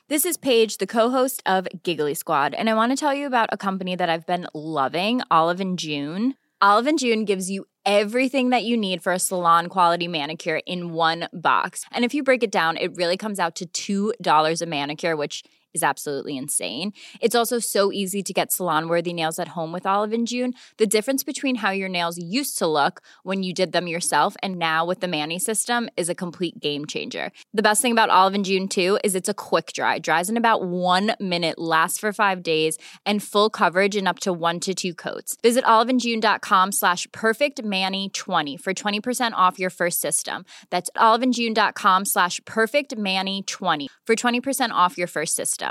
This is Paige, the co-host of Giggly Squad, and I want to tell you about a company that I've been loving, Olive & June. Olive & June gives you everything that you need for a salon-quality manicure in one box. And if you break it down, it really comes out to $2 a manicure, which is absolutely insane. It's also so easy to get salon-worthy nails at home with Olive & June. The difference between how your nails used to look when you did them yourself and now with the Mani system is a complete game changer. The best thing about Olive & June, too, is it's a quick dry. Dries in about 1 minute, lasts for 5 days, and full coverage in up to 1 to 2 coats. Visit oliveandjune.com/perfectmani20 for 20% off your first system. That's oliveandjune.com/perfectmani20 for 20% off your first system.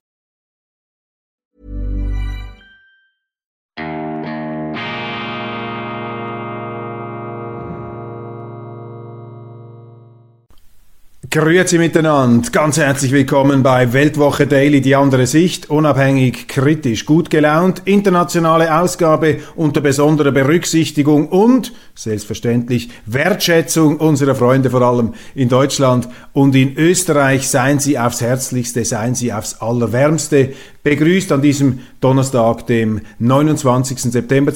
Grüezi miteinander, ganz herzlich willkommen bei Weltwoche Daily, die andere Sicht, unabhängig, kritisch, gut gelaunt, internationale Ausgabe unter besonderer Berücksichtigung und selbstverständlich Wertschätzung unserer Freunde, vor allem in Deutschland und in Österreich. Seien Sie aufs Herzlichste, seien Sie aufs Allerwärmste begrüßt an diesem Donnerstag, dem 29. September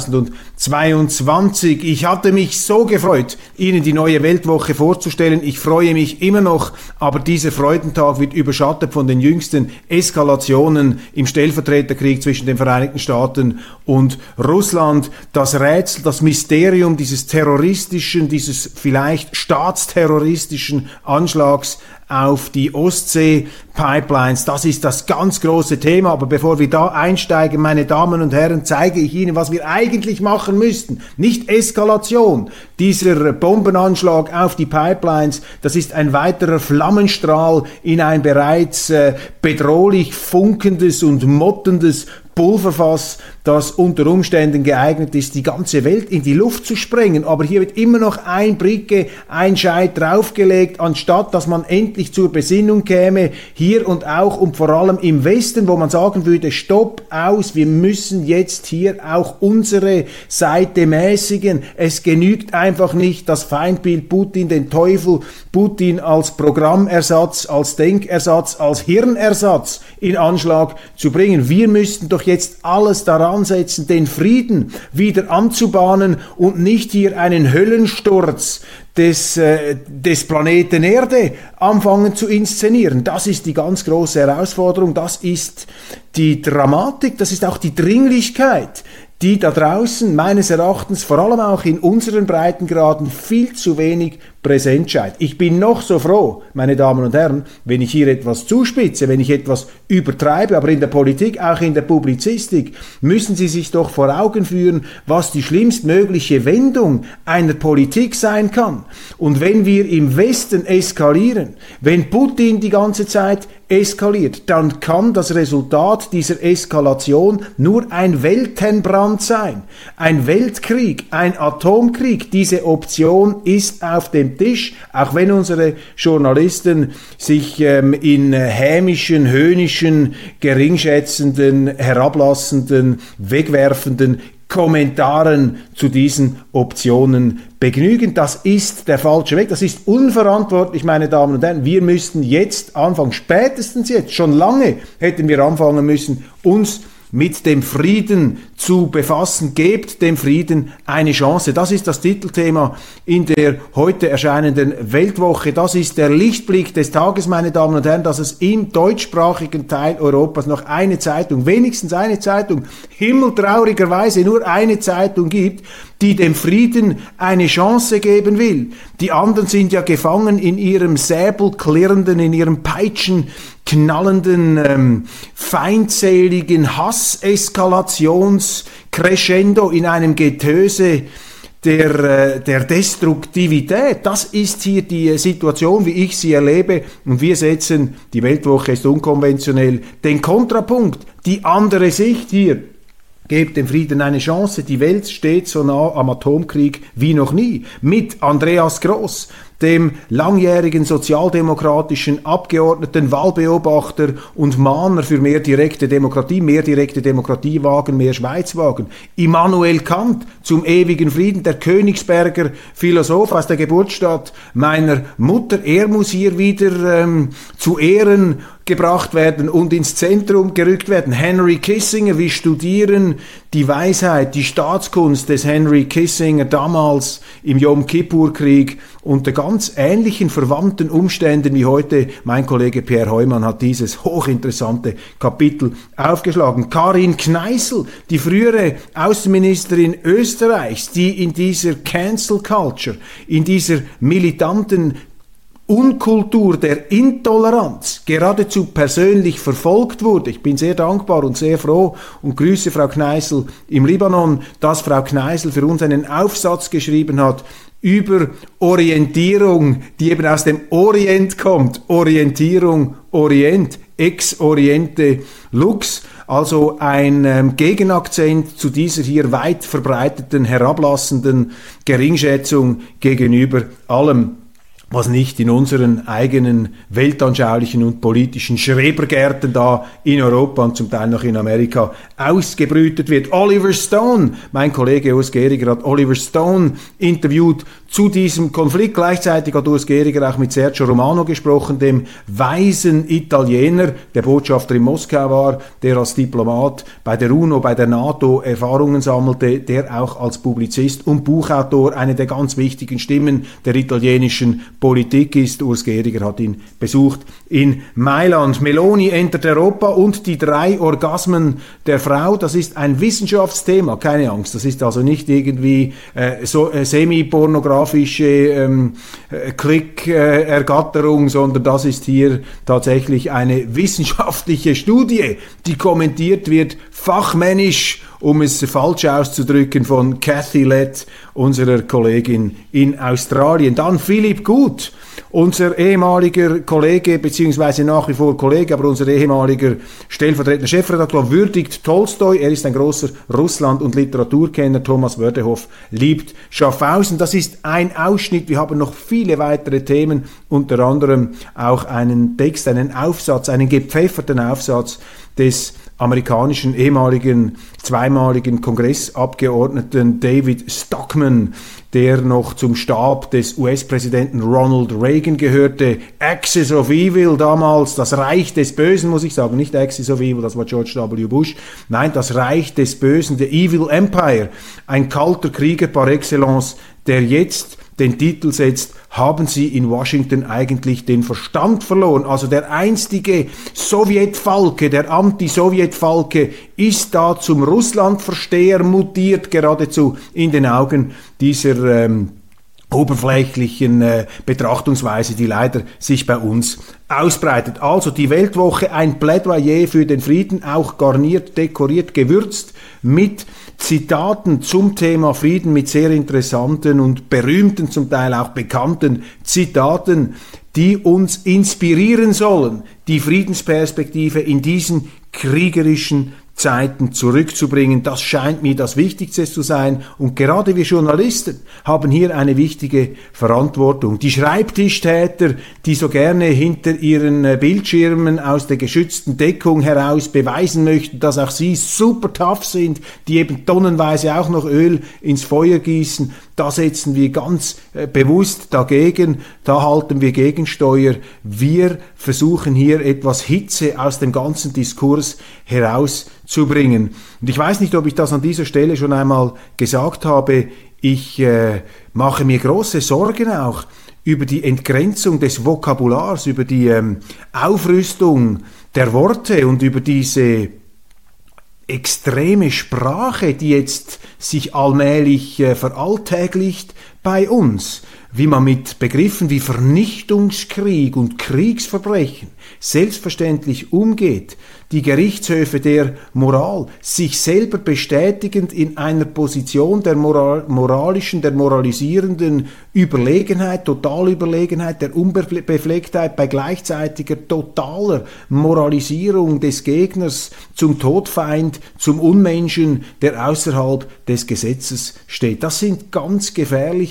2022. Ich hatte mich so gefreut, Ihnen die neue Weltwoche vorzustellen. Ich freue mich immer noch, aber dieser Freudentag wird überschattet von den jüngsten Eskalationen im Stellvertreterkrieg zwischen den Vereinigten Staaten und Russland. Das Rätsel, das Mysterium dieses terroristischen, dieses vielleicht staatsterroristischen Anschlags auf die Ostsee-Pipelines, das ist das ganz große Thema. Aber bevor wir da einsteigen, meine Damen und Herren, zeige ich Ihnen, was wir eigentlich machen müssten. Nicht Eskalation. Dieser Bombenanschlag auf die Pipelines, das ist ein weiterer Flammenstrahl in ein bereits bedrohlich funkendes und mottendes Pulverfass, das unter Umständen geeignet ist, die ganze Welt in die Luft zu sprengen. Aber hier wird immer noch ein Bricke, ein Scheit draufgelegt, anstatt dass man endlich zur Besinnung käme, hier und auch und vor allem im Westen, wo man sagen würde, stopp, aus, wir müssen jetzt hier auch unsere Seite mäßigen. Es genügt einfach nicht, das Feindbild Putin, den Teufel Putin als Programmersatz, als Denkersatz, als Hirnersatz in Anschlag zu bringen. Wir müssten doch jetzt alles daran setzen, den Frieden wieder anzubahnen und nicht hier einen Höllensturz des Planeten Erde anfangen zu inszenieren. Das ist die ganz große Herausforderung, das ist die Dramatik, das ist auch die Dringlichkeit, die da draußen meines Erachtens vor allem auch in unseren Breitengraden viel zu wenig präsent scheint. Ich bin noch so froh, meine Damen und Herren, wenn ich hier etwas zuspitze, wenn ich etwas übertreibe, aber in der Politik, auch in der Publizistik, müssen Sie sich doch vor Augen führen, was die schlimmstmögliche Wendung einer Politik sein kann. Und wenn wir im Westen eskalieren, wenn Putin die ganze Zeit eskaliert, dann kann das Resultat dieser Eskalation nur ein Weltenbrand sein, ein Weltkrieg, ein Atomkrieg. Diese Option ist auf dem Tisch, auch wenn unsere Journalisten sich in hämischen, höhnischen, geringschätzenden, herablassenden, wegwerfenden Kommentaren zu diesen Optionen begnügen. Das ist der falsche Weg, das ist unverantwortlich, meine Damen und Herren. Wir müssten jetzt anfangen, spätestens jetzt, schon lange hätten wir anfangen müssen, uns mit dem Frieden zu befassen. Gebt dem Frieden eine Chance. Das ist das Titelthema in der heute erscheinenden Weltwoche. Das ist der Lichtblick des Tages, meine Damen und Herren, dass es im deutschsprachigen Teil Europas noch eine Zeitung, wenigstens eine Zeitung, himmeltraurigerweise nur eine Zeitung gibt, die dem Frieden eine Chance geben will. Die anderen sind ja gefangen in ihrem säbelklirrenden, in ihrem peitschenknallenden, feindseligen Hasseskalations-Crescendo, in einem Getöse der Destruktivität. Das ist hier die Situation, wie ich sie erlebe. Und wir setzen, die Weltwoche ist unkonventionell, den Kontrapunkt, die andere Sicht hier. Gebt dem Frieden eine Chance. Die Welt steht so nah am Atomkrieg wie noch nie. Mit Andreas Gross, dem langjährigen sozialdemokratischen Abgeordneten, Wahlbeobachter und Mahner für mehr direkte Demokratie wagen, mehr Schweiz wagen. Immanuel Kant zum ewigen Frieden, der Königsberger Philosoph aus der Geburtsstadt meiner Mutter, er muss hier wieder zu Ehren gebracht werden und ins Zentrum gerückt werden. Henry Kissinger, wir studieren die Weisheit, die Staatskunst des Henry Kissinger damals im Jom-Kippur-Krieg unter ganz ähnlichen verwandten Umständen wie heute. Mein Kollege Pierre Heumann hat dieses hochinteressante Kapitel aufgeschlagen. Karin Kneißl, die frühere Außenministerin Österreichs, die in dieser Cancel Culture, in dieser militanten Unkultur der Intoleranz geradezu persönlich verfolgt wurde. Ich bin sehr dankbar und sehr froh und grüße Frau Kneißl im Libanon, dass Frau Kneißl für uns einen Aufsatz geschrieben hat über Orientierung, die eben aus dem Orient kommt. Orientierung, Orient, ex oriente lux. Also ein Gegenakzent zu dieser hier weit verbreiteten, herablassenden Geringschätzung gegenüber allem, was nicht in unseren eigenen weltanschaulichen und politischen Schrebergärten da in Europa und zum Teil noch in Amerika ausgebrütet wird. Oliver Stone, mein Kollege Urs Gehriger hat Oliver Stone interviewt zu diesem Konflikt. Gleichzeitig hat Urs Gehriger auch mit Sergio Romano gesprochen, dem weisen Italiener, der Botschafter in Moskau war, der als Diplomat bei der UNO, bei der NATO Erfahrungen sammelte, der auch als Publizist und Buchautor eine der ganz wichtigen Stimmen der italienischen Politik ist. Urs Gehriger hat ihn besucht in Mailand. Meloni entert Europa und die 3 Orgasmen der Frau, das ist ein Wissenschaftsthema, keine Angst, das ist also nicht irgendwie semi-pornografische Klickergatterung, sondern das ist hier tatsächlich eine wissenschaftliche Studie, die kommentiert wird, fachmännisch, um es falsch auszudrücken, von Cathy Lett, unserer Kollegin in Australien. Dann Philipp Gut, unser ehemaliger Kollege, beziehungsweise nach wie vor Kollege, aber unser ehemaliger stellvertretender Chefredakteur, würdigt Tolstoi. Er ist ein großer Russland- und Literaturkenner. Thomas Wördehoff liebt Schaffhausen. Das ist ein Ausschnitt. Wir haben noch viele weitere Themen, unter anderem auch einen Text, einen Aufsatz, einen gepfefferten Aufsatz des amerikanischen ehemaligen zweimaligen Kongressabgeordneten David Stockman, der noch zum Stab des US-Präsidenten Ronald Reagan gehörte. Axis of Evil damals, das Reich des Bösen, muss ich sagen, nicht Axis of Evil, das war George W. Bush, nein, das Reich des Bösen, der Evil Empire, ein kalter Krieger par excellence, der jetzt den Titel setzt, haben Sie in Washington eigentlich den Verstand verloren? Also der einstige Sowjetfalke, der Anti-Sowjet-Falke ist da zum Russlandversteher mutiert, geradezu in den Augen dieser oberflächlichen Betrachtungsweise, die leider sich bei uns ausbreitet. Also die Weltwoche, ein Plädoyer für den Frieden, auch garniert, dekoriert, gewürzt mit Zitaten zum Thema Frieden, mit sehr interessanten und berühmten, zum Teil auch bekannten Zitaten, die uns inspirieren sollen, die Friedensperspektive in diesen kriegerischen Zeiten zurückzubringen. Das scheint mir das Wichtigste zu sein. Und gerade wir Journalisten haben hier eine wichtige Verantwortung. Die Schreibtischtäter, die so gerne hinter ihren Bildschirmen aus der geschützten Deckung heraus beweisen möchten, dass auch sie super tough sind, die eben tonnenweise auch noch Öl ins Feuer gießen, da setzen wir ganz bewusst dagegen, da halten wir Gegensteuer. Wir versuchen hier etwas Hitze aus dem ganzen Diskurs herauszubringen. Und ich weiß nicht, ob ich das an dieser Stelle schon einmal gesagt habe, ich mache mir große Sorgen auch über die Entgrenzung des Vokabulars, über die Aufrüstung der Worte und über diese extreme Sprache, die jetzt sich allmählich veralltäglicht bei uns, wie man mit Begriffen wie Vernichtungskrieg und Kriegsverbrechen selbstverständlich umgeht, die Gerichtshöfe der Moral, sich selber bestätigend in einer Position der moralischen, der moralisierenden Überlegenheit, Totalüberlegenheit, der Unbeflecktheit bei gleichzeitiger totaler Moralisierung des Gegners zum Todfeind, zum Unmenschen, der außerhalb des Gesetzes steht. Das sind ganz gefährliche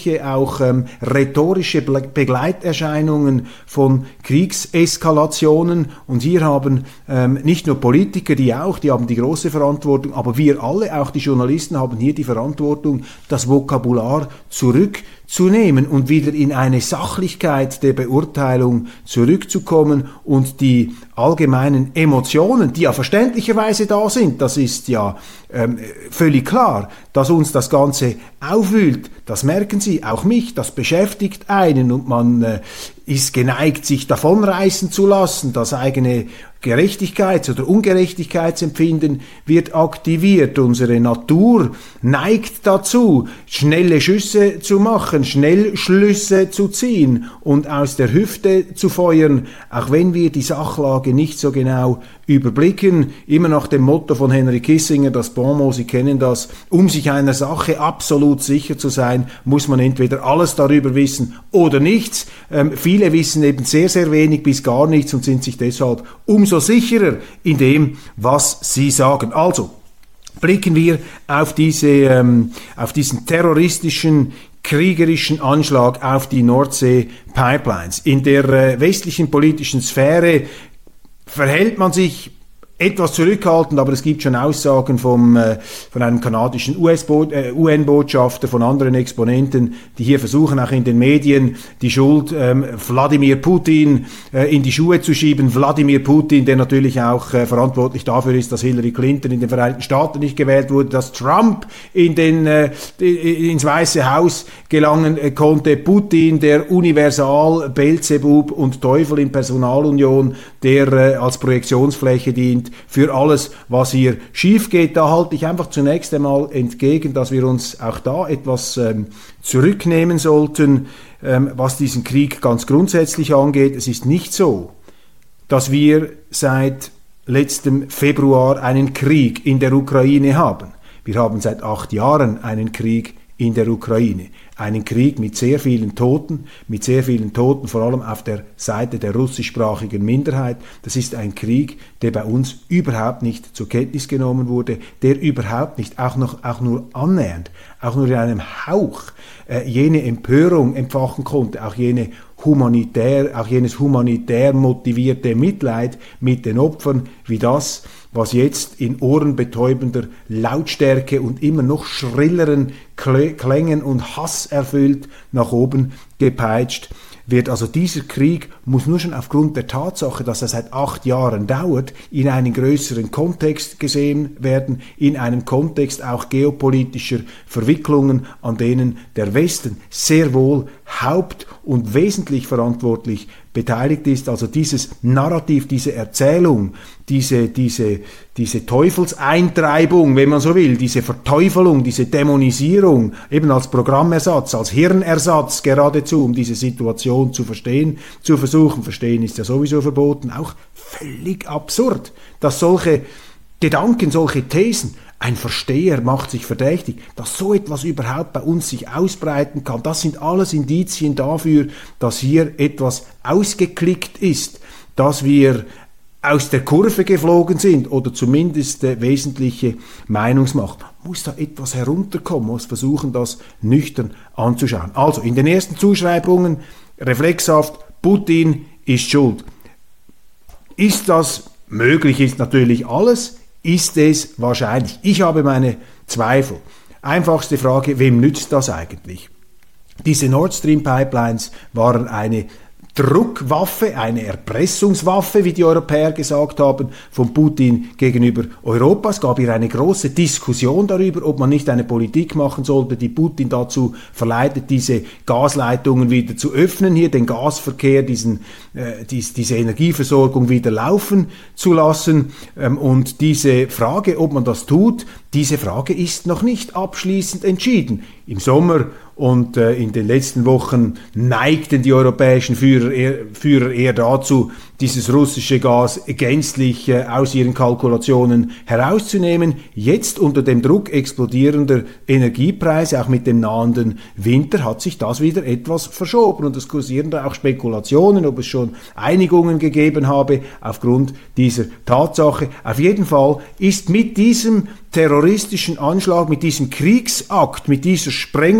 verständliche, auch rhetorische Begleiterscheinungen von Kriegseskalationen. Und hier haben nicht nur Politiker, die haben die große Verantwortung, aber wir alle, auch die Journalisten, haben hier die Verantwortung, das Vokabular zurückzunehmen und wieder in eine Sachlichkeit der Beurteilung zurückzukommen und die allgemeinen Emotionen, die ja verständlicherweise da sind, das ist ja völlig klar, dass uns das Ganze aufwühlt, das merken Sie, auch mich, das beschäftigt einen und man ist geneigt, sich davonreißen zu lassen, das eigene Gerechtigkeits- oder Ungerechtigkeitsempfinden wird aktiviert. Unsere Natur neigt dazu, schnelle Schüsse zu machen, Schnellschlüsse zu ziehen und aus der Hüfte zu feuern, auch wenn wir die Sachlage nicht so genau überblicken. Immer nach dem Motto von Henry Kissinger, das Bonmot, Sie kennen das, um sich einer Sache absolut sicher zu sein, muss man entweder alles darüber wissen oder nichts. Viele wissen eben sehr, sehr wenig bis gar nichts und sind sich deshalb umso sicherer in dem, was sie sagen. Also, blicken wir auf diesen terroristischen, kriegerischen Anschlag auf die Nordsee-Pipelines. In der westlichen politischen Sphäre verhält man sich etwas zurückhaltend, aber es gibt schon Aussagen von einem kanadischen UN-Botschafter, von anderen Exponenten, die hier versuchen, auch in den Medien die Schuld Wladimir Putin in die Schuhe zu schieben. Wladimir Putin, der natürlich auch verantwortlich dafür ist, dass Hillary Clinton in den Vereinigten Staaten nicht gewählt wurde, dass Trump ins Weiße Haus gelangen konnte. Putin, der Universal, Beelzebub und Teufel in Personalunion, der als Projektionsfläche dient für alles, was hier schief geht. Da halte ich einfach zunächst einmal entgegen, dass wir uns auch da etwas zurücknehmen sollten, was diesen Krieg ganz grundsätzlich angeht. Es ist nicht so, dass wir seit letztem Februar einen Krieg in der Ukraine haben. Wir haben seit 8 Jahren einen Krieg in der Ukraine. Einen Krieg mit sehr vielen Toten vor allem auf der Seite der russischsprachigen Minderheit. Das ist ein Krieg, der bei uns überhaupt nicht zur Kenntnis genommen wurde, der überhaupt nicht, auch nur annähernd, auch nur in einem Hauch jene Empörung entfachen konnte, auch jenes humanitär motivierte Mitleid mit den Opfern, wie das, was jetzt in ohrenbetäubender Lautstärke und immer noch schrilleren Klängen und Hass erfüllt nach oben gepeitscht wird. Also dieser Krieg muss nur schon aufgrund der Tatsache, dass er seit 8 Jahren dauert, in einen größeren Kontext gesehen werden, in einem Kontext auch geopolitischer Verwicklungen, an denen der Westen sehr wohl haupt- und wesentlich verantwortlich beteiligt ist. Also dieses Narrativ, diese Erzählung, diese Teufelseintreibung, wenn man so will, diese Verteufelung, diese Dämonisierung, eben als Programmersatz, als Hirnersatz geradezu, um diese Situation zu verstehen, zu versuchen. Verstehen ist ja sowieso verboten, auch völlig absurd, dass solche Gedanken, solche Thesen, ein Versteher macht sich verdächtig, dass so etwas überhaupt bei uns sich ausbreiten kann. Das sind alles Indizien dafür, dass hier etwas ausgeklickt ist, dass wir aus der Kurve geflogen sind oder zumindest wesentliche Meinungsmacht. Man muss da etwas herunterkommen, muss versuchen, das nüchtern anzuschauen. Also in den ersten Zuschreibungen reflexhaft, Putin ist schuld. Ist das möglich? Ist natürlich alles. Ist es wahrscheinlich? Ich habe meine Zweifel. Einfachste Frage, wem nützt das eigentlich? Diese Nord Stream Pipelines waren eine Druckwaffe, eine Erpressungswaffe, wie die Europäer gesagt haben, von Putin gegenüber Europa. Es gab hier eine große Diskussion darüber, ob man nicht eine Politik machen sollte, die Putin dazu verleitet, diese Gasleitungen wieder zu öffnen, hier den Gasverkehr, diese Energieversorgung wieder laufen zu lassen. Und diese Frage, ob man das tut, diese Frage ist noch nicht abschließend entschieden. Im Sommer und in den letzten Wochen neigten die europäischen Führer eher dazu, dieses russische Gas gänzlich aus ihren Kalkulationen herauszunehmen. Jetzt unter dem Druck explodierender Energiepreise, auch mit dem nahenden Winter, hat sich das wieder etwas verschoben. Und es kursieren da auch Spekulationen, ob es schon Einigungen gegeben habe aufgrund dieser Tatsache. Auf jeden Fall ist mit diesem terroristischen Anschlag, mit diesem Kriegsakt, mit dieser Sprengung, es sind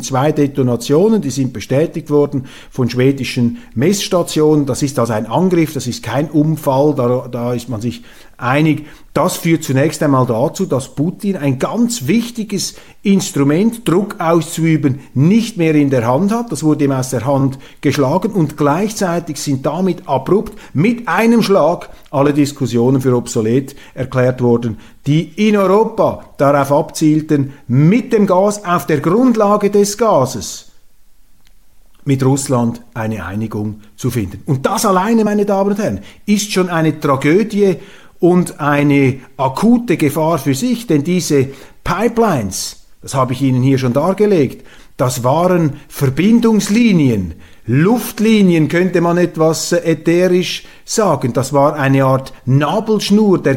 sind 2 Detonationen, die sind bestätigt worden von schwedischen Messstationen. Das ist also ein Angriff, das ist kein Unfall, da ist man sich einig. Das führt zunächst einmal dazu, dass Putin ein ganz wichtiges Instrument, Druck auszuüben, nicht mehr in der Hand hat. Das wurde ihm aus der Hand geschlagen und gleichzeitig sind damit abrupt mit einem Schlag alle Diskussionen für obsolet erklärt worden, die in Europa darauf abzielten, mit dem Gas auf der Grundlage des Gases mit Russland eine Einigung zu finden. Und das alleine, meine Damen und Herren, ist schon eine Tragödie und eine akute Gefahr für sich, denn diese Pipelines, das habe ich Ihnen hier schon dargelegt, das waren Verbindungslinien, Luftlinien könnte man etwas ätherisch sagen. Das war eine Art Nabelschnur der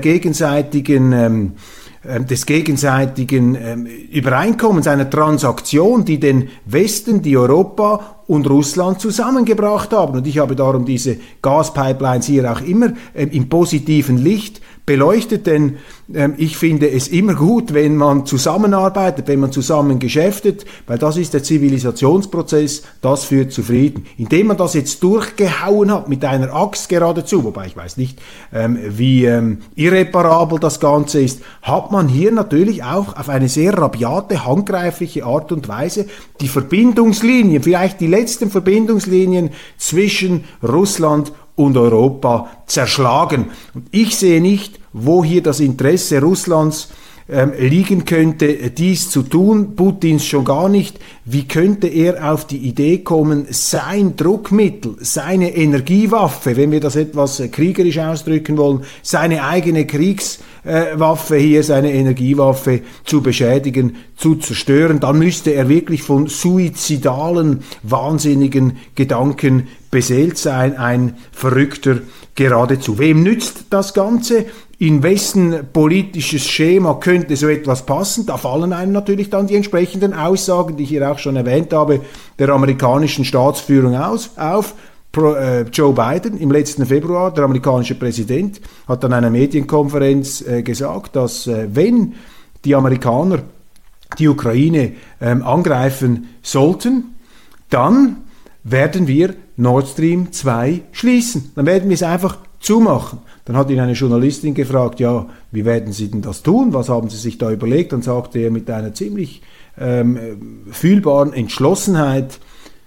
des gegenseitigen Übereinkommens, einer Transaktion, die den Westen, die Europa und Russland zusammengebracht haben. Und ich habe darum diese Gaspipelines hier auch immer im positiven Licht beleuchtet, denn ich finde es immer gut, wenn man zusammenarbeitet, wenn man zusammen geschäftet, weil das ist der Zivilisationsprozess, das führt zu Frieden. Indem man das jetzt durchgehauen hat, mit einer Axt geradezu, wobei ich weiß nicht, wie irreparabel das Ganze ist, hat man hier natürlich auch auf eine sehr rabiate, handgreifliche Art und Weise die Verbindungslinien, vielleicht die letzten Verbindungslinien zwischen Russland und Europa zerschlagen. Und ich sehe nicht, wo hier das Interesse Russlands liegen könnte, dies zu tun, Putins schon gar nicht. Wie könnte er auf die Idee kommen, sein Druckmittel, seine Energiewaffe, wenn wir das etwas kriegerisch ausdrücken wollen, seine eigene Kriegswaffe hier, seine Energiewaffe zu beschädigen, zu zerstören? Dann müsste er wirklich von suizidalen, wahnsinnigen Gedanken beseelt sein, ein Verrückter geradezu. Wem nützt das Ganze? In wessen politisches Schema könnte so etwas passen? Da fallen einem natürlich dann die entsprechenden Aussagen, die ich hier auch schon erwähnt habe, der amerikanischen Staatsführung auf. Joe Biden im letzten Februar, der amerikanische Präsident, hat an einer Medienkonferenz gesagt, dass wenn die Amerikaner die Ukraine angreifen sollten, dann werden wir Nord Stream 2 schließen. Dann werden wir es einfach zumachen. Dann hat ihn eine Journalistin gefragt, ja, wie werden Sie denn das tun? Was haben Sie sich da überlegt? Dann sagte er mit einer ziemlich fühlbaren Entschlossenheit: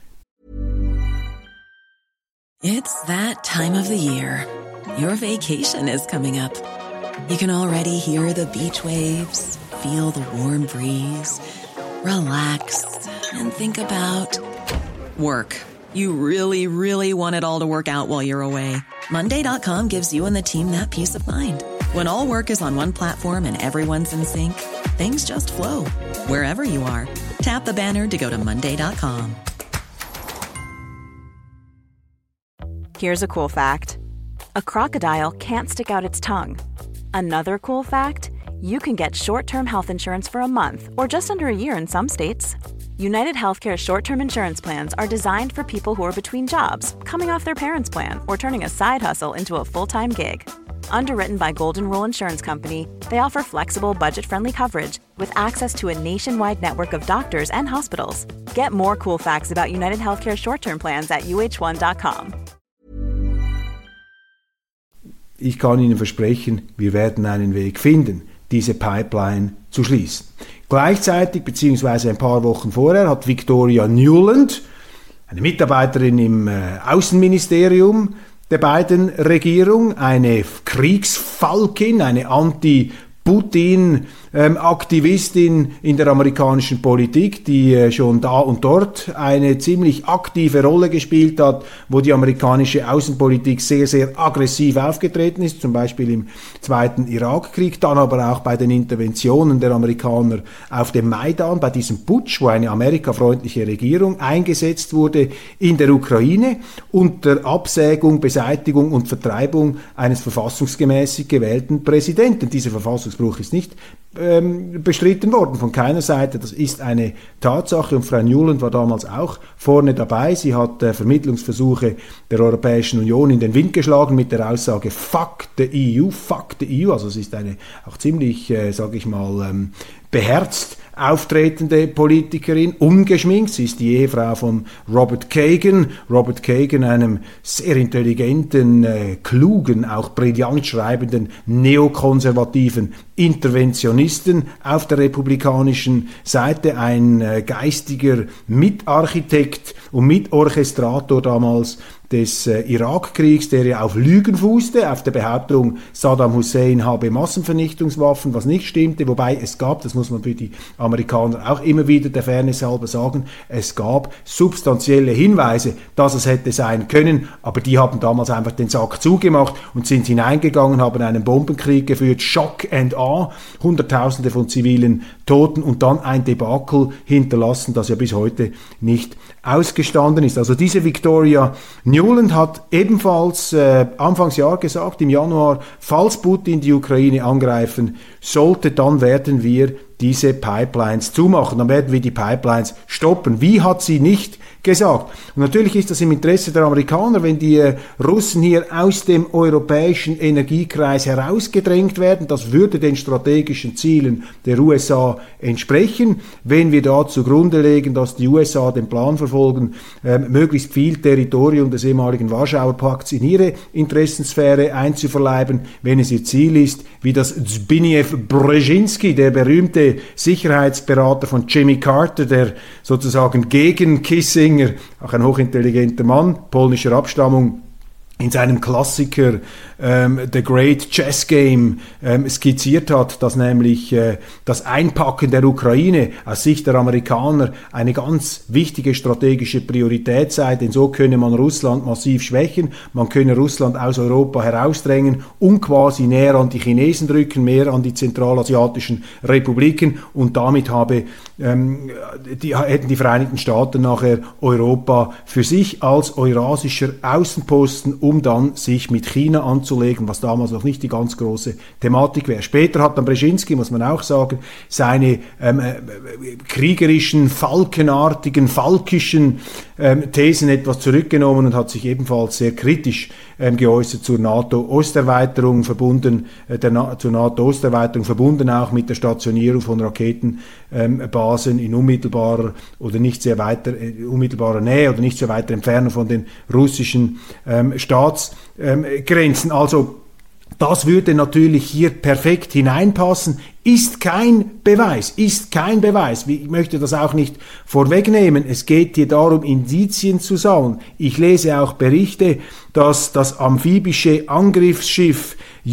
It's that time of the year. Your vacation is coming up. You can already hear the beach waves, feel the warm breeze, relax and think about work. You really, really want it all to work out while you're away. Monday.com gives you and the team that peace of mind. When all work is on one platform and everyone's in sync, things just flow. Wherever you are, tap the banner to go to Monday.com. Here's a cool fact. A crocodile can't stick out its tongue. Another cool fact, you can get short-term health insurance for a month or just under a year in some states. United Healthcare short-term insurance plans are designed for people who are between jobs, coming off their parents' plan, or turning a side hustle into a full-time gig. Underwritten by Golden Rule Insurance Company, they offer flexible, budget-friendly coverage with access to a nationwide network of doctors and hospitals. Get more cool facts about United Healthcare short-term plans at uh1.com. Ich kann Ihnen versprechen, wir werden einen Weg finden, diese Pipeline zu schließen. Gleichzeitig, beziehungsweise ein paar Wochen vorher, hat Victoria Nuland, eine Mitarbeiterin im Außenministerium der Biden-Regierung, eine Kriegsfalkin, eine Anti-Putin-Aktivistin in der amerikanischen Politik, die schon da und dort eine ziemlich aktive Rolle gespielt hat, wo die amerikanische Außenpolitik sehr, sehr aggressiv aufgetreten ist, zum Beispiel im Zweiten Irakkrieg, dann aber auch bei den Interventionen der Amerikaner auf dem Maidan, bei diesem Putsch, wo eine amerikafreundliche Regierung eingesetzt wurde in der Ukraine unter Absägung, Beseitigung und Vertreibung eines verfassungsgemäß gewählten Präsidenten. Dieser Verfassungsbruch ist nicht bestritten worden von keiner Seite. Das ist eine Tatsache und Frau Nuland war damals auch vorne dabei. Sie hat Vermittlungsversuche der Europäischen Union in den Wind geschlagen mit der Aussage Fuck the EU, fuck the EU. Also es ist eine auch ziemlich, sage ich mal, beherzt auftretende Politikerin, ungeschminkt. Sie ist die Ehefrau von Robert Kagan. Robert Kagan, einem sehr intelligenten, klugen, auch brillant schreibenden, neokonservativen Interventionisten auf der republikanischen Seite, ein geistiger Mitarchitekt und Mitorchestrator damals des Irakkriegs, der ja auf Lügen fußte, auf der Behauptung, Saddam Hussein habe Massenvernichtungswaffen, was nicht stimmte, wobei es gab, das muss man für die Amerikaner auch immer wieder der Fairness halber sagen, es gab substanzielle Hinweise, dass es hätte sein können, aber die haben damals einfach den Sack zugemacht und sind hineingegangen, haben einen Bombenkrieg geführt, Shock and Awe, Hunderttausende von zivilen Toten und dann ein Debakel hinterlassen, das ja bis heute nicht ausgestanden ist. Also diese Victoria Nuland hat ebenfalls Anfangsjahr gesagt, im Januar, falls Putin die Ukraine angreifen sollte, dann werden wir diese Pipelines zumachen, dann werden wir die Pipelines stoppen. Wie hat sie nicht gesagt? Und natürlich ist das im Interesse der Amerikaner, wenn die Russen hier aus dem europäischen Energiekreis herausgedrängt werden. Das würde den strategischen Zielen der USA entsprechen, wenn wir da zugrunde legen, dass die USA den Plan verfolgen, möglichst viel Territorium des ehemaligen Warschauer Pakts in ihre Interessensphäre einzuverleiben, wenn es ihr Ziel ist, wie das Zbigniew Brzezinski, der berühmte Sicherheitsberater von Jimmy Carter, der sozusagen gegen Kissinger, auch ein hochintelligenter Mann, polnischer Abstammung, in seinem Klassiker The Great Chess Game skizziert hat, dass nämlich das Einpacken der Ukraine aus Sicht der Amerikaner eine ganz wichtige strategische Priorität sei, denn so könne man Russland massiv schwächen, man könne Russland aus Europa herausdrängen und quasi näher an die Chinesen drücken, mehr an die zentralasiatischen Republiken und damit hätten die Vereinigten Staaten nachher Europa für sich als eurasischer Außenposten, um dann sich mit China anzulegen, was damals noch nicht die ganz große Thematik wäre. Später hat dann Brzezinski, muss man auch sagen, seine kriegerischen, falkischen Thesen etwas zurückgenommen und hat sich ebenfalls sehr kritisch geäußert zur NATO-Osterweiterung, verbunden auch mit der Stationierung von Raketenbasen in unmittelbarer Nähe oder nicht sehr weiter Entfernung von den russischen Staatsgrenzen. Also das würde natürlich hier perfekt hineinpassen, ist kein Beweis. Ich möchte das auch nicht vorwegnehmen. Es geht hier darum, Indizien zu sammeln. Ich lese auch Berichte, dass das amphibische Angriffsschiff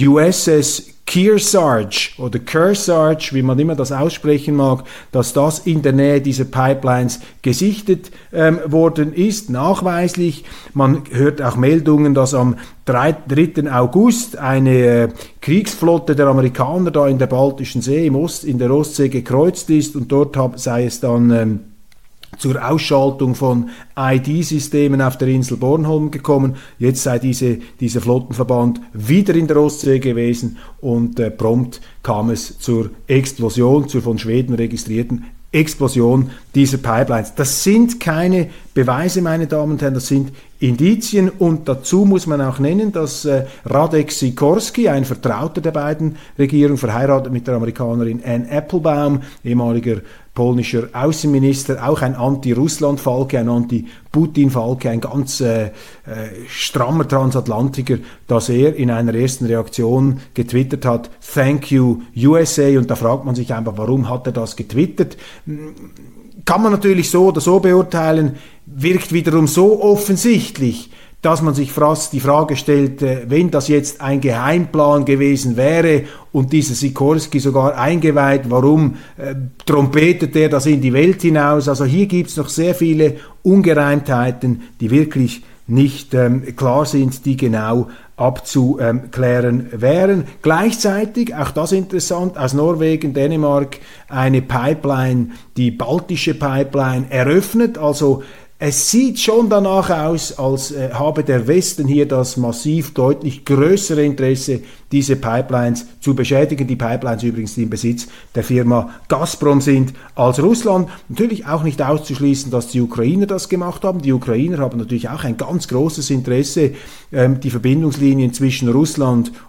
USS Kearsarge oder Kearsarge, wie man immer das aussprechen mag, dass das in der Nähe dieser Pipelines gesichtet worden ist, nachweislich. Man hört auch Meldungen, dass am 3. August eine Kriegsflotte der Amerikaner da in der Baltischen See, in der Ostsee gekreuzt ist und dort sei es dann zur Ausschaltung von ID-Systemen auf der Insel Bornholm gekommen. Jetzt sei dieser Flottenverband wieder in der Ostsee gewesen und prompt kam es zur Explosion, zur von Schweden registrierten Explosion dieser Pipelines. Das sind keine Beweise, meine Damen und Herren, das sind Indizien und dazu muss man auch nennen, dass Radek Sikorski, ein Vertrauter der beiden Regierungen, verheiratet mit der Amerikanerin Anne Applebaum, ehemaliger polnischer Außenminister, auch ein Anti-Russland-Falke, ein Anti-Putin-Falke, ein ganz strammer Transatlantiker, dass er in einer ersten Reaktion getwittert hat, "Thank you USA", und da fragt man sich einfach, warum hat er das getwittert? Kann man natürlich so oder so beurteilen, wirkt wiederum so offensichtlich, dass man sich fast die Frage stellt, wenn das jetzt ein Geheimplan gewesen wäre und dieser Sikorski sogar eingeweiht, warum trompetet er das in die Welt hinaus? Also hier gibt es noch sehr viele Ungereimtheiten, die wirklich nicht klar sind, die genau abzuklären wären. Gleichzeitig, auch das interessant, aus Norwegen, Dänemark eine Pipeline, die baltische Pipeline, eröffnet, also es sieht schon danach aus, als habe der Westen hier das massiv deutlich größere Interesse, diese Pipelines zu beschädigen. Die Pipelines übrigens, die im Besitz der Firma Gazprom sind, als Russland. Natürlich auch nicht auszuschließen, dass die Ukrainer das gemacht haben. Die Ukrainer haben natürlich auch ein ganz großes Interesse, die Verbindungslinien zwischen Russland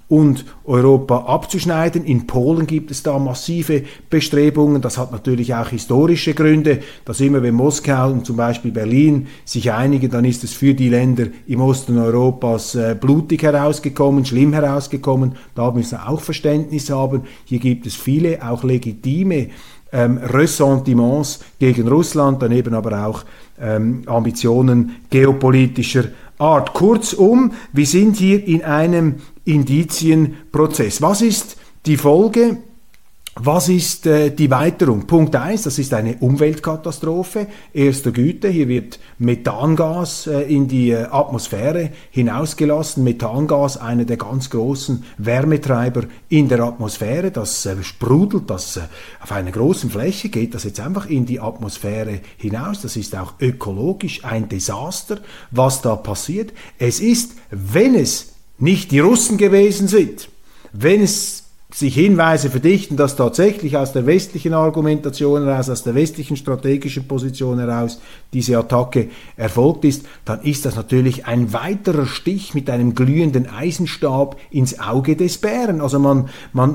und Europa abzuschneiden. In Polen gibt es da massive Bestrebungen. Das hat natürlich auch historische Gründe, dass immer wenn Moskau und zum Beispiel Berlin sich einigen, dann ist es für die Länder im Osten Europas blutig herausgekommen, schlimm herausgekommen. Da müssen wir auch Verständnis haben. Hier gibt es viele, auch legitime Ressentiments gegen Russland, daneben aber auch Ambitionen geopolitischer Art. Kurzum, wir sind hier in einem Indizienprozess. Was ist die Folge? Was ist die Weiterung? Punkt 1, das ist eine Umweltkatastrophe erster Güte. Hier wird Methangas in die Atmosphäre hinausgelassen. Methangas, einer der ganz großen Wärmetreiber in der Atmosphäre. Das sprudelt, das auf einer großen Fläche geht das jetzt einfach in die Atmosphäre hinaus. Das ist auch ökologisch ein Desaster, was da passiert. Es ist, wenn es nicht die Russen gewesen sind, wenn es sich Hinweise verdichten, dass tatsächlich aus der westlichen Argumentation heraus, aus der westlichen strategischen Position heraus diese Attacke erfolgt ist, dann ist das natürlich ein weiterer Stich mit einem glühenden Eisenstab ins Auge des Bären. Also man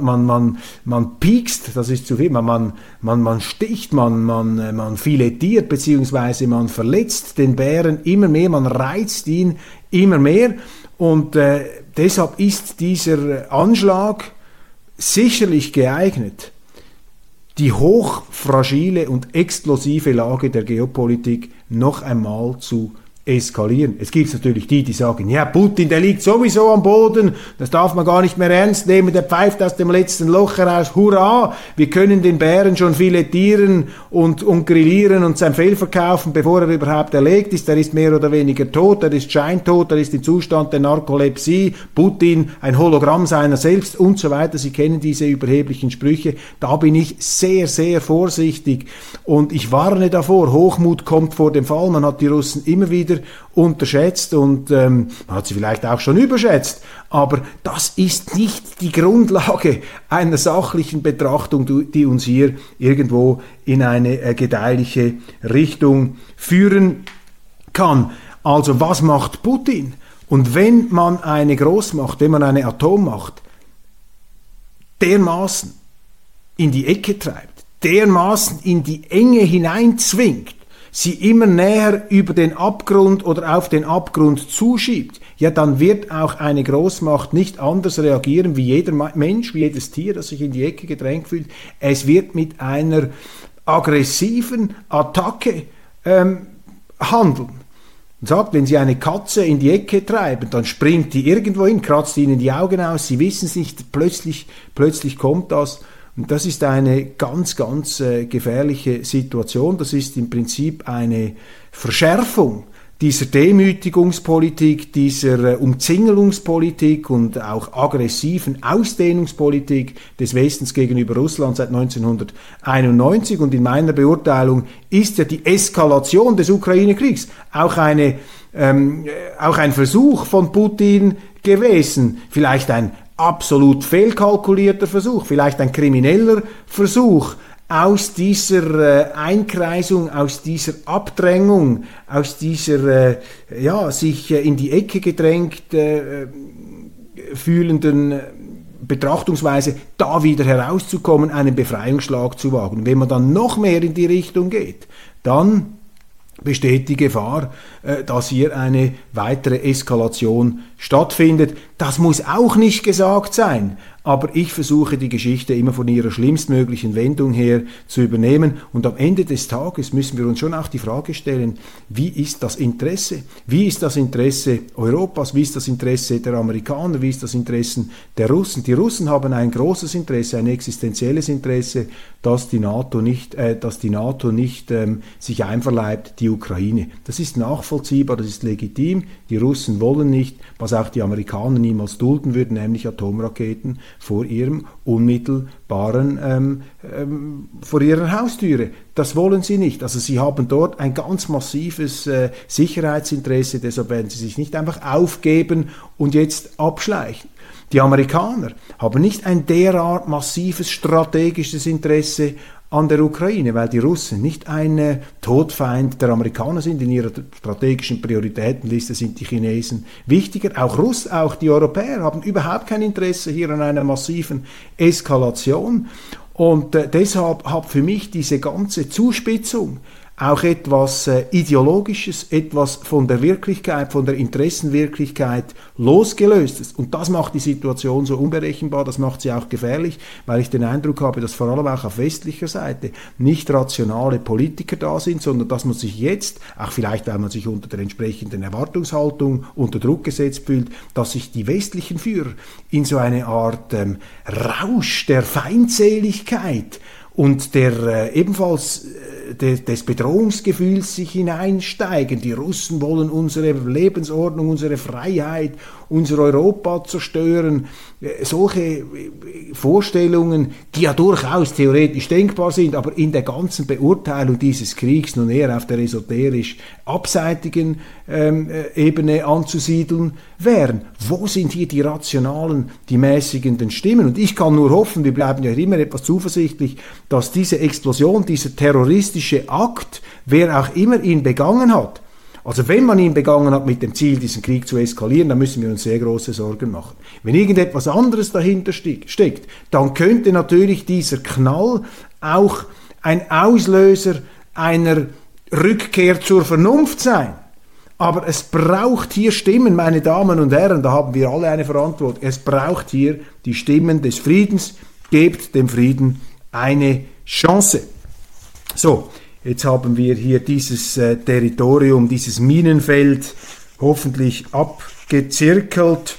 piekst, das ist zu viel, man sticht, man filetiert, beziehungsweise man verletzt den Bären immer mehr, man reizt ihn immer mehr und deshalb ist dieser Anschlag sicherlich geeignet, die hochfragile und explosive Lage der Geopolitik noch einmal zu eskalieren. Es gibt natürlich die sagen, ja, Putin, der liegt sowieso am Boden, das darf man gar nicht mehr ernst nehmen, der pfeift aus dem letzten Loch heraus, hurra, wir können den Bären schon filetieren und grillieren und sein Fell verkaufen, bevor er überhaupt erlegt ist, er ist mehr oder weniger tot, er ist scheintot, er ist im Zustand der Narkolepsie, Putin, ein Hologramm seiner selbst und so weiter. Sie kennen diese überheblichen Sprüche. Da bin ich sehr, sehr vorsichtig und ich warne davor, Hochmut kommt vor dem Fall, man hat die Russen immer wieder unterschätzt und man hat sie vielleicht auch schon überschätzt, aber das ist nicht die Grundlage einer sachlichen Betrachtung, die uns hier irgendwo in eine gedeihliche Richtung führen kann. Also was macht Putin? Und wenn man eine Großmacht, wenn man eine Atommacht dermaßen in die Ecke treibt, dermaßen in die Enge hineinzwingt, sie immer näher über den Abgrund oder auf den Abgrund zuschiebt, ja, dann wird auch eine Großmacht nicht anders reagieren wie jeder Mensch, wie jedes Tier, das sich in die Ecke gedrängt fühlt. Es wird mit einer aggressiven Attacke handeln. Man sagt, wenn Sie eine Katze in die Ecke treiben, dann springt die irgendwo hin, kratzt Ihnen die Augen aus, Sie wissen es nicht, plötzlich kommt das. Und das ist eine ganz, ganz gefährliche Situation. Das ist im Prinzip eine Verschärfung dieser Demütigungspolitik, dieser Umzingelungspolitik und auch aggressiven Ausdehnungspolitik des Westens gegenüber Russland seit 1991. Und in meiner Beurteilung ist ja die Eskalation des Ukraine-Kriegs auch ein Versuch von Putin gewesen, vielleicht ein absolut fehlkalkulierter Versuch, vielleicht ein krimineller Versuch, aus dieser Einkreisung, aus dieser Abdrängung, aus dieser sich in die Ecke gedrängt fühlenden Betrachtungsweise da wieder herauszukommen, einen Befreiungsschlag zu wagen. Und wenn man dann noch mehr in die Richtung geht, dann besteht die Gefahr, dass hier eine weitere Eskalation stattfindet. Das muss auch nicht gesagt sein, aber ich versuche die Geschichte immer von ihrer schlimmstmöglichen Wendung her zu übernehmen und am Ende des Tages müssen wir uns schon auch die Frage stellen, wie ist das Interesse? Wie ist das Interesse Europas? Wie ist das Interesse der Amerikaner? Wie ist das Interesse der Russen? Die Russen haben ein großes Interesse, ein existenzielles Interesse, dass die NATO nicht sich einverleibt, die Ukraine. Das ist nachvollziehbar, das ist legitim. Die Russen wollen nicht, was auch die Amerikaner niemals dulden würden, nämlich Atomraketen vor ihrem unmittelbaren, vor ihrer Haustüre. Das wollen sie nicht. Also sie haben dort ein ganz massives Sicherheitsinteresse, deshalb werden sie sich nicht einfach aufgeben und jetzt abschleichen. Die Amerikaner haben nicht ein derart massives strategisches Interesse an der Ukraine, weil die Russen nicht ein Todfeind der Amerikaner sind. In ihrer strategischen Prioritätenliste sind die Chinesen wichtiger. Auch die Europäer haben überhaupt kein Interesse hier an einer massiven Eskalation. Und deshalb hat für mich diese ganze Zuspitzung auch etwas Ideologisches, etwas von der Wirklichkeit, von der Interessenwirklichkeit losgelöstes. Und das macht die Situation so unberechenbar, das macht sie auch gefährlich, weil ich den Eindruck habe, dass vor allem auch auf westlicher Seite nicht rationale Politiker da sind, sondern dass man sich jetzt, auch vielleicht weil man sich unter der entsprechenden Erwartungshaltung unter Druck gesetzt fühlt, dass sich die westlichen Führer in so eine Art Rausch der Feindseligkeit und der ebenfalls des Bedrohungsgefühls sich hineinsteigen. Die Russen wollen unsere Lebensordnung, unsere Freiheit, unser Europa zerstören. Solche Vorstellungen, die ja durchaus theoretisch denkbar sind, aber in der ganzen Beurteilung dieses Kriegs nun eher auf der esoterisch abseitigen Ebene anzusiedeln wären. Wo sind hier die rationalen, die mäßigenden Stimmen? Und ich kann nur hoffen, wir bleiben ja immer etwas zuversichtlich, dass diese Explosion, dieser terroristische Akt, wer auch immer ihn begangen hat, also wenn man ihn begangen hat mit dem Ziel, diesen Krieg zu eskalieren, dann müssen wir uns sehr große Sorgen machen. Wenn irgendetwas anderes dahinter steckt, dann könnte natürlich dieser Knall auch ein Auslöser einer Rückkehr zur Vernunft sein. Aber es braucht hier Stimmen, meine Damen und Herren, da haben wir alle eine Verantwortung. Es braucht hier die Stimmen des Friedens. Gebt dem Frieden eine Chance. So, jetzt haben wir hier dieses Territorium, dieses Minenfeld hoffentlich abgezirkelt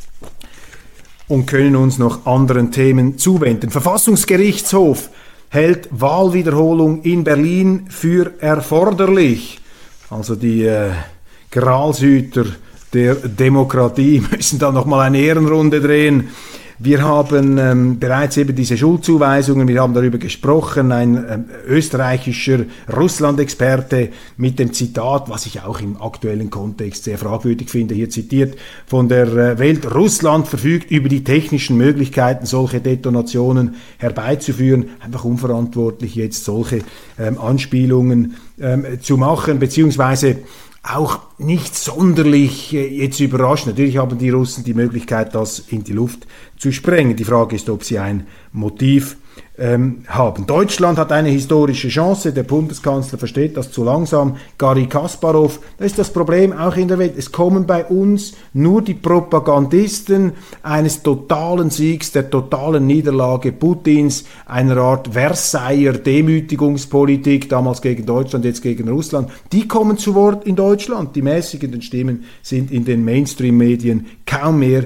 und können uns noch anderen Themen zuwenden. Verfassungsgerichtshof hält Wahlwiederholung in Berlin für erforderlich. Also die Gralshüter der Demokratie müssen da nochmal eine Ehrenrunde drehen. Wir haben bereits eben diese Schuldzuweisungen, wir haben darüber gesprochen, ein österreichischer Russland-Experte mit dem Zitat, was ich auch im aktuellen Kontext sehr fragwürdig finde, hier zitiert von der Welt: Russland verfügt über die technischen Möglichkeiten, solche Detonationen herbeizuführen. Einfach unverantwortlich, jetzt solche Anspielungen zu machen, beziehungsweise auch nicht sonderlich jetzt überrascht. Natürlich haben die Russen die Möglichkeit, das in die Luft zu sprengen. Die Frage ist, ob sie ein Motiv haben. Deutschland hat eine historische Chance, der Bundeskanzler versteht das zu langsam. Garry Kasparov, das ist das Problem auch in der Welt. Es kommen bei uns nur die Propagandisten eines totalen Siegs, der totalen Niederlage Putins, einer Art Versailler Demütigungspolitik, damals gegen Deutschland, jetzt gegen Russland. Die kommen zu Wort in Deutschland. Die mäßigenden Stimmen sind in den Mainstream-Medien kaum mehr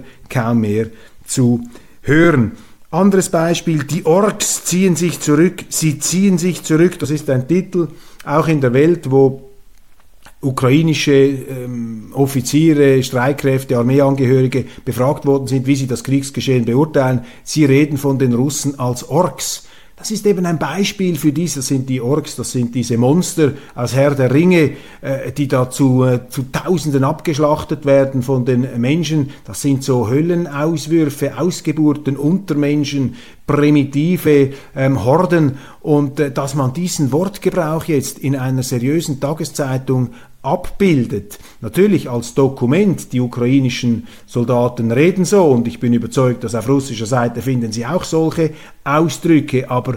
zu hören. Anderes Beispiel, die Orks ziehen sich zurück, sie ziehen sich zurück, das ist ein Titel, auch in der Welt, wo ukrainische Offiziere, Streitkräfte, Armeeangehörige befragt worden sind, wie sie das Kriegsgeschehen beurteilen. Sie reden von den Russen als Orks. Das ist eben ein Beispiel für dies, das sind die Orks, das sind diese Monster aus Herr der Ringe, die da zu Tausenden abgeschlachtet werden von den Menschen. Das sind so Höllenauswürfe, Ausgeburten, Untermenschen, primitive Horden. Und dass man diesen Wortgebrauch jetzt in einer seriösen Tageszeitung abbildet, natürlich als Dokument, die ukrainischen Soldaten reden so, und ich bin überzeugt, dass auf russischer Seite finden sie auch solche Ausdrücke, aber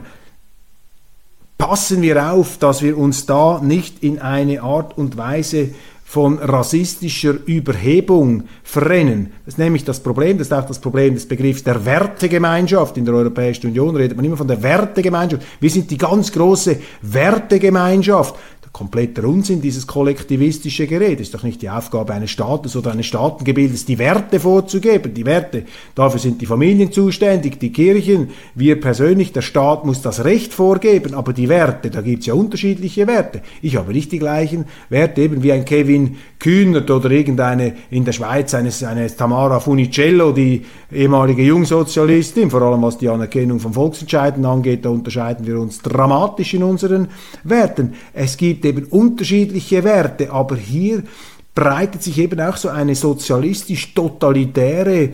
passen wir auf, dass wir uns da nicht in eine Art und Weise von rassistischer Überhebung verrennen. Das ist nämlich das Problem, das ist auch das Problem des Begriffs der Wertegemeinschaft. In der Europäischen Union redet man immer von der Wertegemeinschaft. Wir sind die ganz große Wertegemeinschaft. Kompletter Unsinn, dieses kollektivistische Gerät. Ist doch nicht die Aufgabe eines Staates oder eines Staatengebildes, die Werte vorzugeben. Die Werte, dafür sind die Familien zuständig, die Kirchen, wir persönlich, der Staat muss das Recht vorgeben, aber die Werte, da gibt's ja unterschiedliche Werte. Ich habe nicht die gleichen Werte, eben wie ein Kevin Kühnert oder irgendeine in der Schweiz, eine Tamara Funicello, die ehemalige Jungsozialistin, vor allem was die Anerkennung von Volksentscheiden angeht, da unterscheiden wir uns dramatisch in unseren Werten. Es gibt eben unterschiedliche Werte, aber hier breitet sich eben auch so eine sozialistisch-totalitäre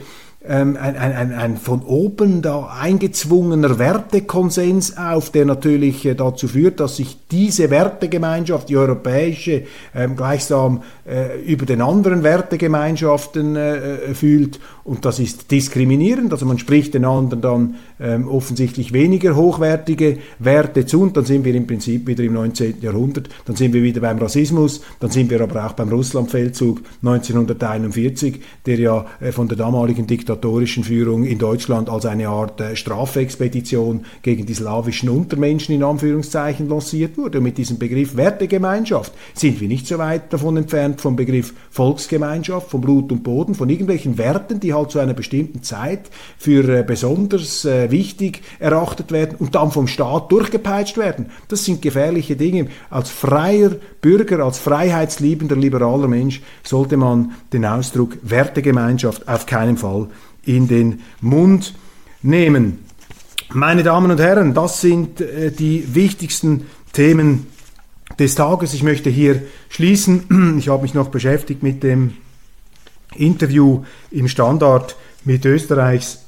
ein von oben da eingezwungener Wertekonsens auf, der natürlich dazu führt, dass sich diese Wertegemeinschaft, die europäische, gleichsam über den anderen Wertegemeinschaften fühlt. Und das ist diskriminierend, also man spricht den anderen dann offensichtlich weniger hochwertige Werte zu, und dann sind wir im Prinzip wieder im 19. Jahrhundert, dann sind wir wieder beim Rassismus, dann sind wir aber auch beim Russlandfeldzug 1941, der ja von der damaligen diktatorischen Führung in Deutschland als eine Art Strafexpedition gegen die slawischen Untermenschen in Anführungszeichen lanciert wurde. Und mit diesem Begriff Wertegemeinschaft sind wir nicht so weit davon entfernt vom Begriff Volksgemeinschaft, von Blut und Boden, von irgendwelchen Werten, die halt zu einer bestimmten Zeit für besonders wichtig erachtet werden und dann vom Staat durchgepeitscht werden. Das sind gefährliche Dinge. Als freier Bürger, als freiheitsliebender, liberaler Mensch sollte man den Ausdruck Wertegemeinschaft auf keinen Fall in den Mund nehmen. Meine Damen und Herren, das sind die wichtigsten Themen des Tages. Ich möchte hier schließen. Ich habe mich noch beschäftigt mit dem Interview im Standard mit Österreichs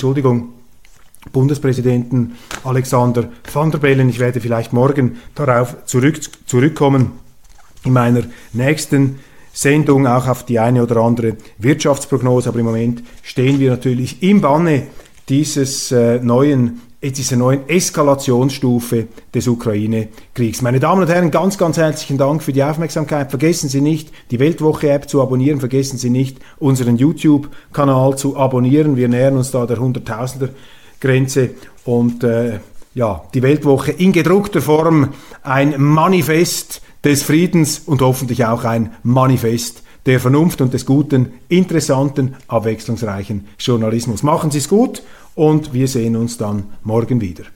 Bundespräsidenten Alexander Van der Bellen. Ich werde vielleicht morgen darauf zurückkommen in meiner nächsten Sendung, auch auf die eine oder andere Wirtschaftsprognose. Aber im Moment stehen wir natürlich im Banne dieser neuen Eskalationsstufe des Ukraine-Kriegs. Meine Damen und Herren, ganz, ganz herzlichen Dank für die Aufmerksamkeit. Vergessen Sie nicht, die Weltwoche-App zu abonnieren. Vergessen Sie nicht, unseren YouTube-Kanal zu abonnieren. Wir nähern uns da der 100.000er-Grenze. Und die Weltwoche in gedruckter Form, ein Manifest des Friedens und hoffentlich auch ein Manifest der Vernunft und des guten, interessanten, abwechslungsreichen Journalismus. Machen Sie es gut und wir sehen uns dann morgen wieder.